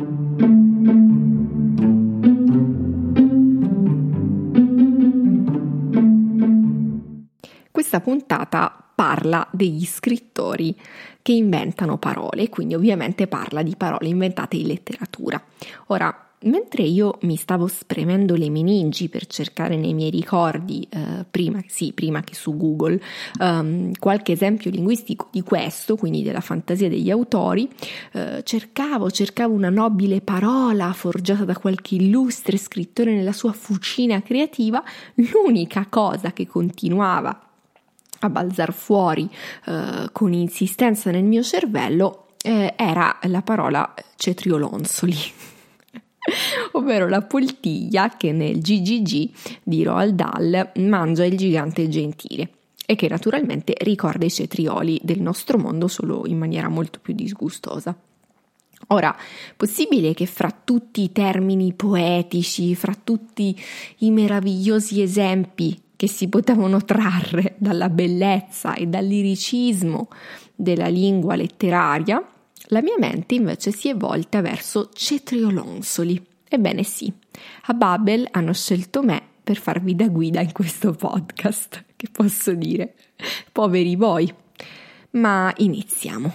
Questa puntata parla degli scrittori che inventano parole, quindi ovviamente parla di parole inventate in letteratura. Ora, mentre io mi stavo spremendo le meningi per cercare nei miei ricordi, prima che su Google, qualche esempio linguistico di questo, quindi della fantasia degli autori, cercavo una nobile parola forgiata da qualche illustre scrittore nella sua fucina creativa. L'unica cosa che continuava a balzar fuori con insistenza nel mio cervello era la parola cetriolonsoli, ovvero la poltiglia che nel GGG di Roald Dahl mangia il gigante gentile e che naturalmente ricorda i cetrioli del nostro mondo solo in maniera molto più disgustosa. Ora, possibile che fra tutti i termini poetici, fra tutti i meravigliosi esempi che si potevano trarre dalla bellezza e dal liricismo della lingua letteraria, la mia mente invece si è volta verso cetriolonsoli. Ebbene sì, a Babbel hanno scelto me per farvi da guida in questo podcast, che posso dire, poveri voi. Ma iniziamo.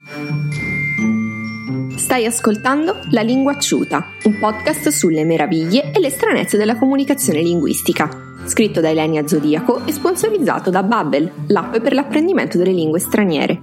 Stai ascoltando La Lingua Acciuta, un podcast sulle meraviglie e le stranezze della comunicazione linguistica. Scritto da Ilenia Zodiaco e sponsorizzato da Babbel, l'app per l'apprendimento delle lingue straniere.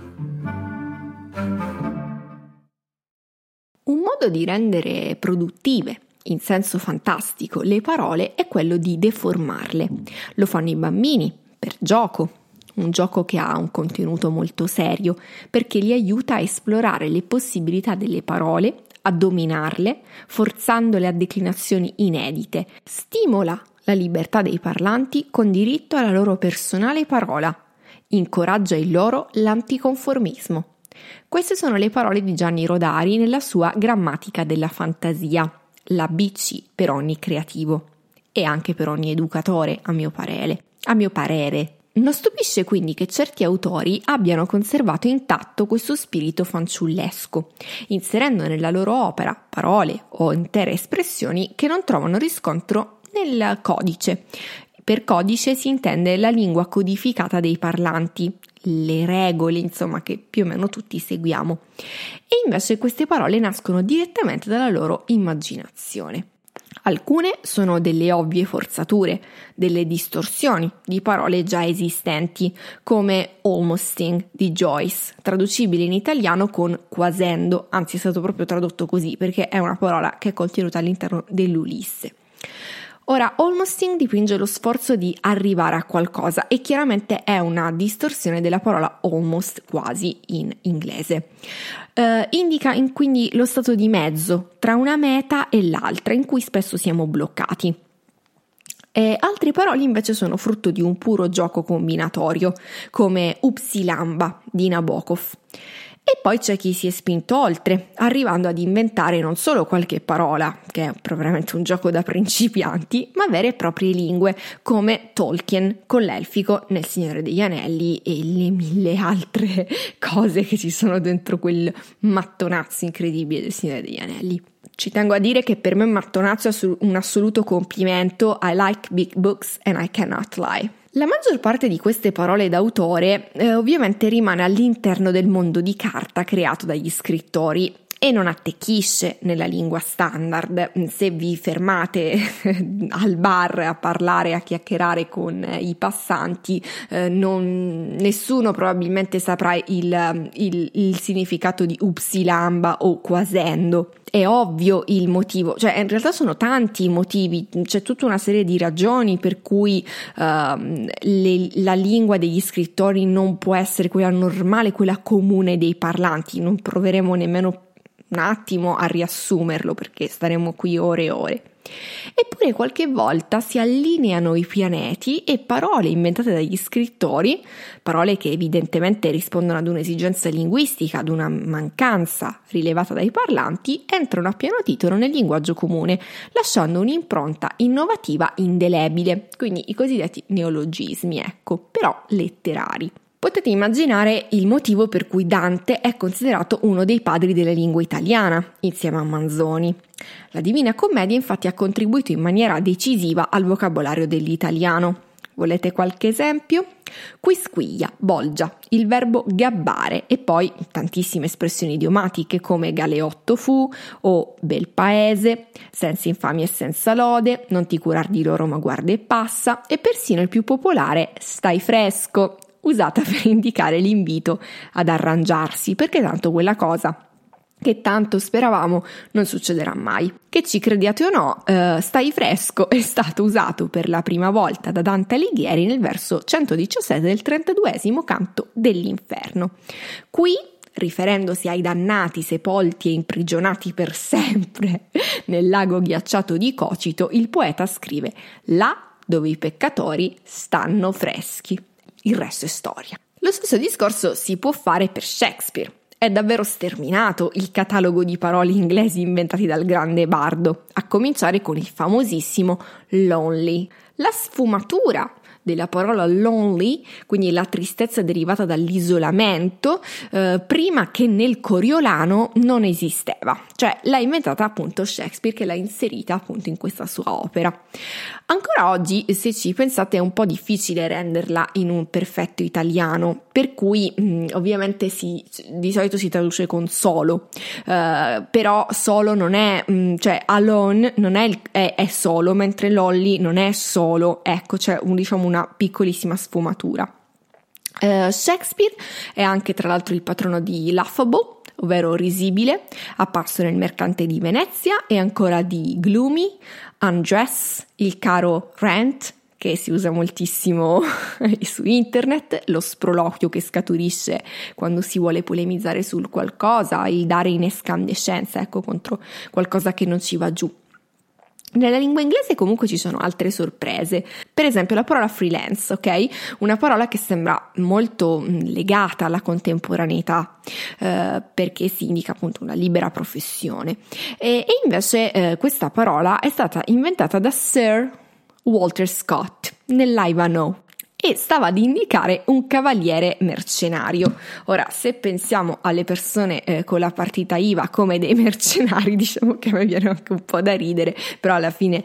Un modo di rendere produttive, in senso fantastico, le parole è quello di deformarle. Lo fanno i bambini, per gioco. Un gioco che ha un contenuto molto serio, perché li aiuta a esplorare le possibilità delle parole, a dominarle, forzandole a declinazioni inedite. Stimola la libertà dei parlanti con diritto alla loro personale parola. Incoraggia in loro l'anticonformismo. Queste sono le parole di Gianni Rodari nella sua Grammatica della fantasia, la BC per ogni creativo e anche per ogni educatore, a mio parere. Non stupisce quindi che certi autori abbiano conservato intatto questo spirito fanciullesco, inserendo nella loro opera parole o intere espressioni che non trovano riscontro nel codice. Per codice si intende la lingua codificata dei parlanti, le regole, insomma, che più o meno tutti seguiamo. E invece queste parole nascono direttamente dalla loro immaginazione. Alcune sono delle ovvie forzature, delle distorsioni di parole già esistenti, come almosting di Joyce, traducibile in italiano con quasendo, anzi è stato proprio tradotto così perché è una parola che è contenuta all'interno dell'Ulisse. Ora, almosting dipinge lo sforzo di arrivare a qualcosa e chiaramente è una distorsione della parola almost, quasi, in inglese. Indica quindi lo stato di mezzo tra una meta e l'altra, in cui spesso siamo bloccati. Altre parole invece sono frutto di un puro gioco combinatorio, come Upsilamba di Nabokov. E poi c'è chi si è spinto oltre, arrivando ad inventare non solo qualche parola, che è propriamente un gioco da principianti, ma vere e proprie lingue, come Tolkien con l'elfico nel Signore degli Anelli e le mille altre cose che ci sono dentro quel mattonazzo incredibile del Signore degli Anelli. Ci tengo a dire che per me mattonazzo è un assoluto complimento. I like big books and I cannot lie. La maggior parte di queste parole d'autore ovviamente rimane all'interno del mondo di carta creato dagli scrittori e non attecchisce nella lingua standard. Se vi fermate al bar a parlare, a chiacchierare con i passanti, nessuno probabilmente saprà il significato di upsilamba o quasendo. È ovvio il motivo, cioè in realtà sono tanti i motivi, c'è tutta una serie di ragioni per cui la lingua degli scrittori non può essere quella normale, quella comune dei parlanti. Non proveremo nemmeno un attimo a riassumerlo perché staremo qui ore e ore. Eppure qualche volta si allineano i pianeti e parole inventate dagli scrittori, parole che evidentemente rispondono ad un'esigenza linguistica, ad una mancanza rilevata dai parlanti, entrano a pieno titolo nel linguaggio comune, lasciando un'impronta innovativa indelebile, quindi i cosiddetti neologismi, però letterari. Potete immaginare il motivo per cui Dante è considerato uno dei padri della lingua italiana, insieme a Manzoni. La Divina Commedia infatti ha contribuito in maniera decisiva al vocabolario dell'italiano. Volete qualche esempio? Quisquiglia, bolgia, il verbo gabbare e poi tantissime espressioni idiomatiche come galeotto fu o bel paese, senza infamia e senza lode, non ti curar di loro ma guarda e passa e persino il più popolare stai fresco, usata per indicare l'invito ad arrangiarsi perché tanto quella cosa che tanto speravamo non succederà mai. Che ci crediate o no, stai fresco è stato usato per la prima volta da Dante Alighieri nel verso 117 del 32esimo canto dell'Inferno. Qui, riferendosi ai dannati sepolti e imprigionati per sempre nel lago ghiacciato di Cocito, il poeta scrive: là dove i peccatori stanno freschi. Il resto è storia. Lo stesso discorso si può fare per Shakespeare. È davvero sterminato il catalogo di parole inglesi inventati dal grande bardo, a cominciare con il famosissimo lonely. La sfumatura della parola lonely, quindi la tristezza derivata dall'isolamento, prima che nel coriolano non esisteva, cioè l'ha inventata appunto Shakespeare, che l'ha inserita appunto in questa sua opera. Ancora oggi, se ci pensate, è un po' difficile renderla in un perfetto italiano, per cui ovviamente di solito si traduce con solo, però solo non è, cioè alone non è solo, mentre lolly non è solo, ecco, c'è una piccolissima sfumatura. Shakespeare è anche tra l'altro il patrono di Laughable, ovvero risibile, apparso nel Mercante di Venezia, e ancora di Gloomy, Undress, il caro Rant, che si usa moltissimo su internet, lo sproloquio che scaturisce quando si vuole polemizzare sul qualcosa, il dare in escandescenza, ecco, contro qualcosa che non ci va giù. Nella lingua inglese comunque ci sono altre sorprese, per esempio la parola freelance, ok? Una parola che sembra molto legata alla contemporaneità, perché si indica appunto una libera professione, e invece questa parola è stata inventata da Sir Walter Scott nell'Ivanhoe e stava ad indicare un cavaliere mercenario. Ora, se pensiamo alle persone con la partita IVA come dei mercenari, diciamo che a me viene anche un po' da ridere, però alla fine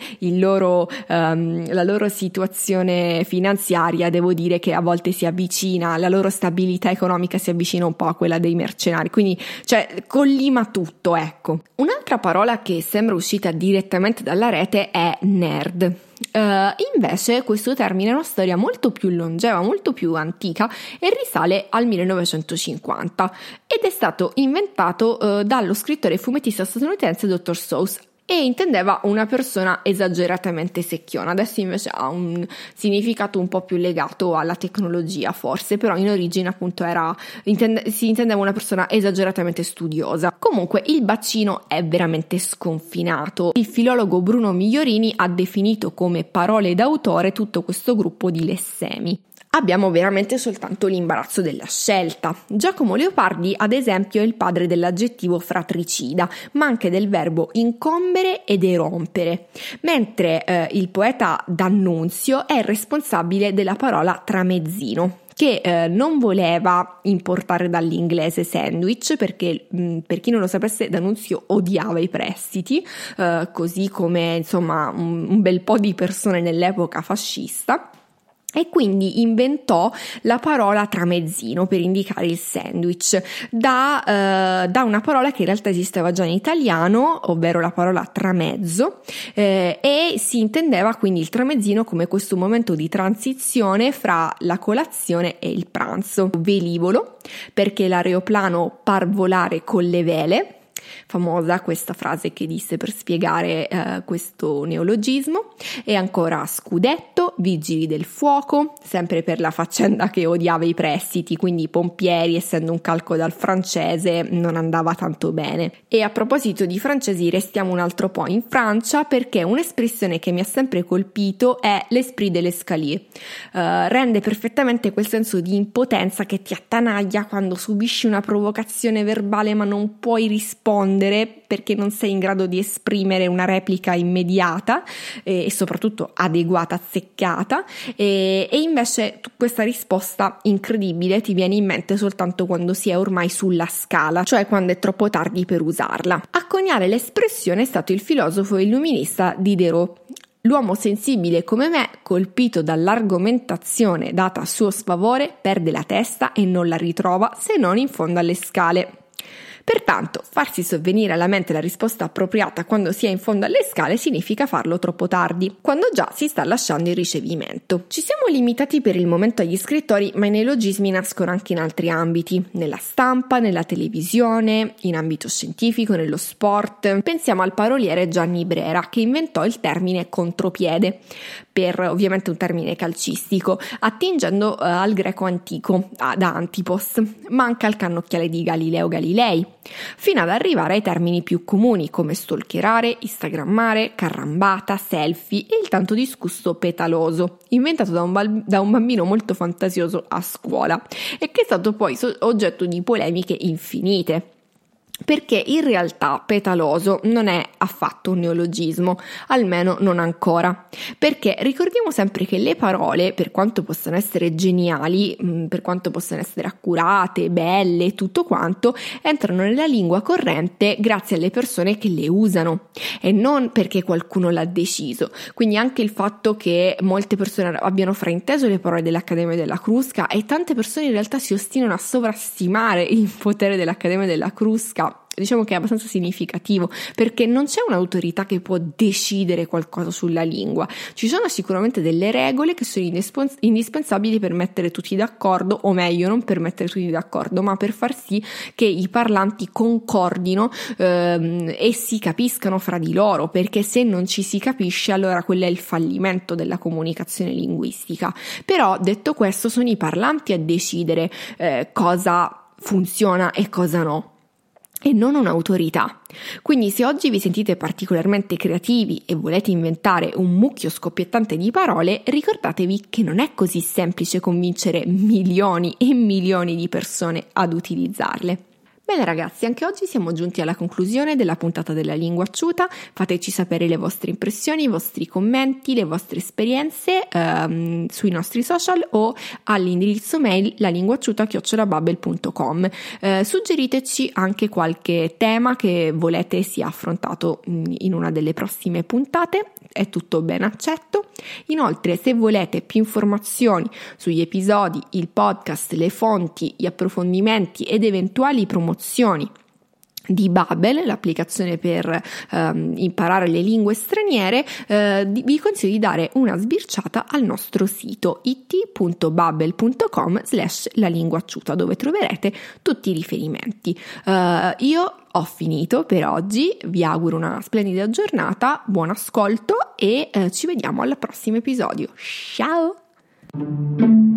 la loro situazione finanziaria, devo dire che a volte si avvicina, la loro stabilità economica si avvicina un po' a quella dei mercenari, quindi collima tutto, ecco. Un'altra parola che sembra uscita direttamente dalla rete è nerd. Invece questo termine ha una storia molto più longeva, molto più antica, e risale al 1950 ed è stato inventato dallo scrittore e fumettista statunitense Dr. Seuss, e intendeva una persona esageratamente secchiona. Adesso invece ha un significato un po' più legato alla tecnologia forse, però in origine appunto si intendeva una persona esageratamente studiosa. Comunque il bacino è veramente sconfinato. Il filologo Bruno Migliorini ha definito come parole d'autore tutto questo gruppo di lessemi. Abbiamo veramente soltanto l'imbarazzo della scelta. Giacomo Leopardi, ad esempio, è il padre dell'aggettivo fratricida, ma anche del verbo incombere ed erompere, mentre il poeta D'Annunzio è il responsabile della parola tramezzino, che non voleva importare dall'inglese sandwich, perché per chi non lo sapesse D'Annunzio odiava i prestiti, così come insomma un bel po' di persone nell'epoca fascista. E quindi inventò la parola tramezzino per indicare il sandwich da una parola che in realtà esisteva già in italiano, ovvero la parola tramezzo, e si intendeva quindi il tramezzino come questo momento di transizione fra la colazione e il pranzo. Velivolo, perché l'aeroplano par volare con le vele. Famosa questa frase che disse per spiegare questo neologismo. E ancora scudetto, vigili del fuoco, sempre per la faccenda che odiava i prestiti, quindi i pompieri, essendo un calco dal francese, non andava tanto bene. E a proposito di francesi, restiamo un altro po' in Francia, perché un'espressione che mi ha sempre colpito è l'esprit de l'escalier. Rende perfettamente quel senso di impotenza che ti attanaglia quando subisci una provocazione verbale ma non puoi rispondere perché non sei in grado di esprimere una replica immediata e soprattutto adeguata, complicata e invece questa risposta incredibile ti viene in mente soltanto quando si è ormai sulla scala, cioè quando è troppo tardi per usarla. A coniare l'espressione è stato il filosofo e illuminista Diderot. L'uomo sensibile come me, colpito dall'argomentazione data a suo sfavore, perde la testa e non la ritrova se non in fondo alle scale. Pertanto, farsi sovvenire alla mente la risposta appropriata quando si è in fondo alle scale significa farlo troppo tardi, quando già si sta lasciando il ricevimento. Ci siamo limitati per il momento agli scrittori, ma i neologismi nascono anche in altri ambiti, nella stampa, nella televisione, in ambito scientifico, nello sport. Pensiamo al paroliere Gianni Brera, che inventò il termine contropiede, per ovviamente un termine calcistico, attingendo al greco antico, da Antipos, ma anche al cannocchiale di Galileo Galilei, fino ad arrivare ai termini più comuni come stalkerare, instagrammare, carrambata, selfie e il tanto discusso petaloso, inventato da un bambino molto fantasioso a scuola e che è stato poi oggetto di polemiche infinite. Perché in realtà petaloso non è affatto un neologismo, almeno non ancora, perché ricordiamo sempre che le parole, per quanto possano essere geniali, per quanto possano essere accurate, belle, tutto quanto, entrano nella lingua corrente grazie alle persone che le usano e non perché qualcuno l'ha deciso. Quindi anche il fatto che molte persone abbiano frainteso le parole dell'Accademia della Crusca e tante persone in realtà si ostinano a sovrastimare il potere dell'Accademia della Crusca, diciamo che è abbastanza significativo, perché non c'è un'autorità che può decidere qualcosa sulla lingua. Ci sono sicuramente delle regole che sono indispensabili per mettere tutti d'accordo, o meglio non per mettere tutti d'accordo, ma per far sì che i parlanti concordino e si capiscano fra di loro, perché se non ci si capisce allora quello è il fallimento della comunicazione linguistica. Però detto questo, sono i parlanti a decidere cosa funziona e cosa no, e non un'autorità. Quindi se oggi vi sentite particolarmente creativi e volete inventare un mucchio scoppiettante di parole, ricordatevi che non è così semplice convincere milioni e milioni di persone ad utilizzarle. Bene ragazzi, anche oggi siamo giunti alla conclusione della puntata della Lingua Acciuta. Fateci sapere le vostre impressioni, i vostri commenti, le vostre esperienze sui nostri social o all'indirizzo mail lalinguacciuta@babbel.com. Suggeriteci anche qualche tema che volete sia affrontato in una delle prossime puntate. È tutto ben accetto. Inoltre, se volete più informazioni sugli episodi, il podcast, le fonti, gli approfondimenti ed eventuali promozioni di Babbel, l'applicazione per imparare le lingue straniere, vi consiglio di dare una sbirciata al nostro sito it.babbel.com/lalinguacciuta, dove troverete tutti i riferimenti. Io ho finito per oggi, vi auguro una splendida giornata, buon ascolto e ci vediamo al prossimo episodio. Ciao!